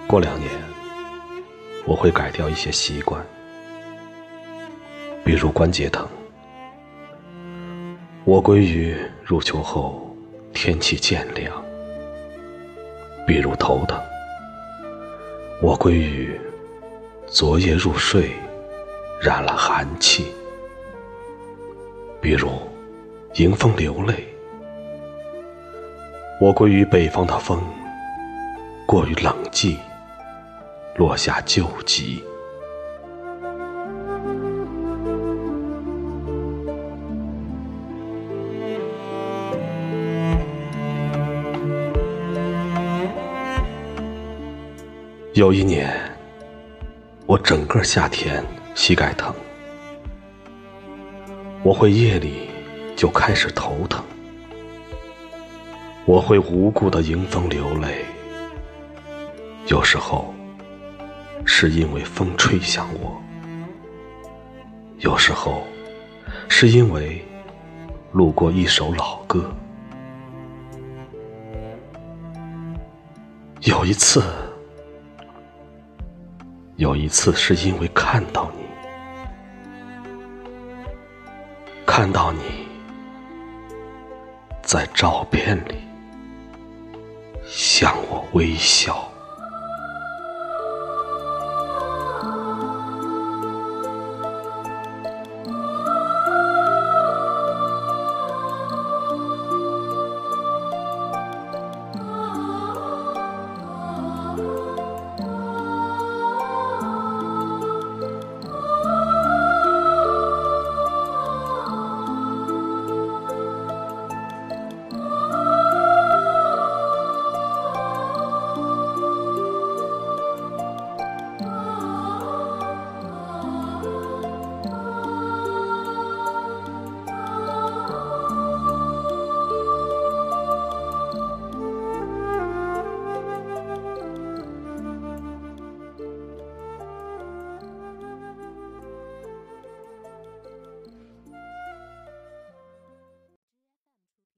过2年，我会改掉一些习惯，比如关节疼。我归于入秋后天气渐凉，比如头疼。我归于昨夜入睡染了寒气，比如迎风流泪。我归于北方的风过于冷寂，落下旧疾。有一年，我整个夏天膝盖疼，我会夜里就开始头疼，我会无故的迎风流泪，有时候是因为风吹向我，有时候是因为路过一首老歌。有一次是因为看到你在照片里向我微笑。